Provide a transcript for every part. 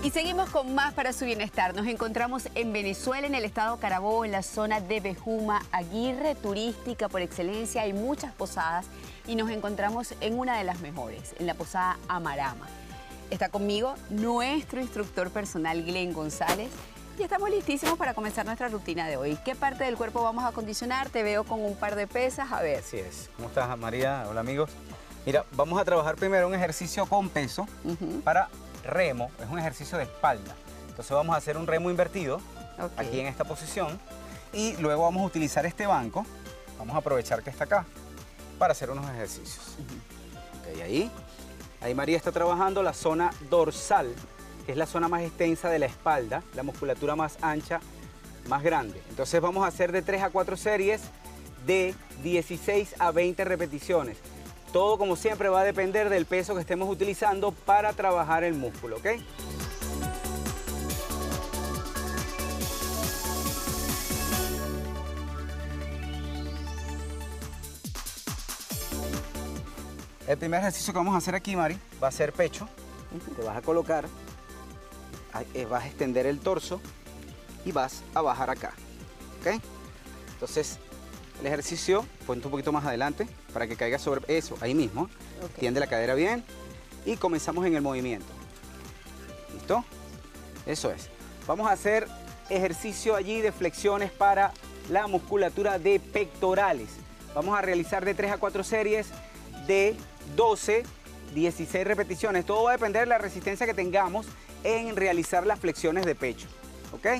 Y seguimos con más para su bienestar. Nos encontramos en Venezuela, en el estado Carabobo, en la zona de Bejuma, Aguirre, turística por excelencia. Hay muchas posadas y nos encontramos en una de las mejores, en la posada Amarama. Está conmigo nuestro instructor personal, Glenn González. Y estamos listísimos para comenzar nuestra rutina de hoy. ¿Qué parte del cuerpo vamos a acondicionar? Te veo con un par de pesas, a ver. Así es. ¿Cómo estás, María? Hola, amigos. Mira, vamos a trabajar primero un ejercicio con peso para remo. Es un ejercicio de espalda. Entonces vamos a hacer un remo invertido aquí en esta posición. Y luego vamos a utilizar este banco. Vamos a aprovechar que está acá para hacer unos ejercicios. Ok, ahí María está trabajando la zona dorsal, que es la zona más extensa de la espalda, la musculatura más ancha, más grande. Entonces vamos a hacer de 3 a 4 series de 16 a 20 repeticiones. Todo, como siempre, va a depender del peso que estemos utilizando para trabajar el músculo, ¿ok? El primer ejercicio que vamos a hacer aquí, Mari, va a ser pecho. Te vas a colocar, vas a extender el torso y vas a bajar acá, ¿ok? Entonces, el ejercicio, ponte un poquito más adelante para que caiga sobre eso, ahí mismo. Tiende la cadera bien y comenzamos en el movimiento. ¿Listo? Eso es. Vamos a hacer ejercicio allí de flexiones para la musculatura de pectorales. Vamos a realizar de 3 a 4 series de 12, 16 repeticiones. Todo va a depender de la resistencia que tengamos en realizar las flexiones de pecho. ¿Ok?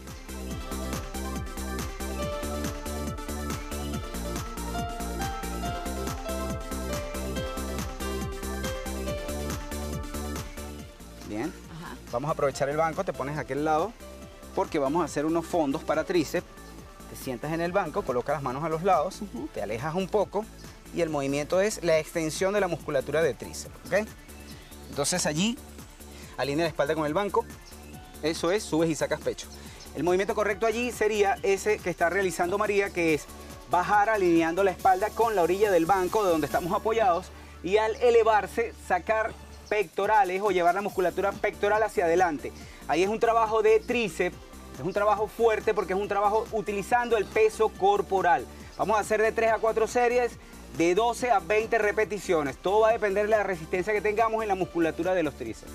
Bien. Vamos a aprovechar el banco, te pones a aquel lado porque vamos a hacer unos fondos para tríceps. Te sientas en el banco, colocas las manos a los lados, te alejas un poco y el movimiento es la extensión de la musculatura de tríceps, ¿ok? Entonces allí, alinea la espalda con el banco, eso es, subes y sacas pecho. El movimiento correcto allí sería ese que está realizando María, que es bajar alineando la espalda con la orilla del banco de donde estamos apoyados y al elevarse, sacar pectorales o llevar la musculatura pectoral hacia adelante. Ahí es un trabajo de tríceps, es un trabajo fuerte porque es un trabajo utilizando el peso corporal. Vamos a hacer de 3 a 4 series de 12 a 20 repeticiones. Todo va a depender de la resistencia que tengamos en la musculatura de los tríceps.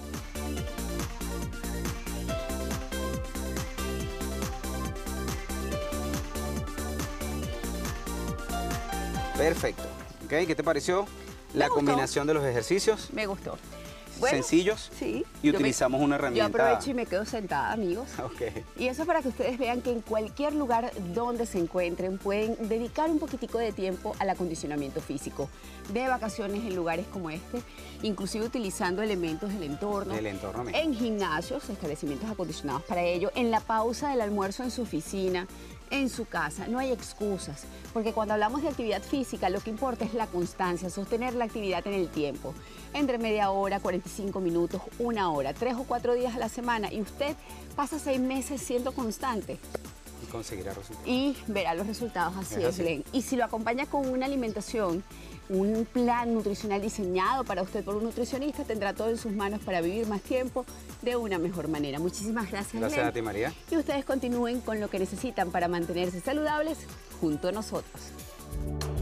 Perfecto. ¿Okay? ¿Qué te pareció la combinación de los ejercicios? Me gustó. Bueno, sencillos, sí, y utilizamos una herramienta. Yo aprovecho y me quedo sentada, amigos. Okay. Y eso para que ustedes vean que en cualquier lugar donde se encuentren pueden dedicar un poquitico de tiempo al acondicionamiento físico. De vacaciones en lugares como este, inclusive utilizando elementos del entorno. En gimnasios, establecimientos acondicionados para ello, en la pausa del almuerzo en su oficina, en su casa. No hay excusas, porque cuando hablamos de actividad física, lo que importa es la constancia, sostener la actividad en el tiempo. Entre media hora, 45 minutos, 1 hora, 3 o 4 días a la semana, y usted pasa 6 meses siendo constante. Y conseguirá resultados. Y verá los resultados, así es, Glenn. Y si lo acompaña con una alimentación, un plan nutricional diseñado para usted por un nutricionista, tendrá todo en sus manos para vivir más tiempo de una mejor manera. Muchísimas gracias, Gracias Glenn. A ti, María. Y ustedes continúen con lo que necesitan para mantenerse saludables junto a nosotros.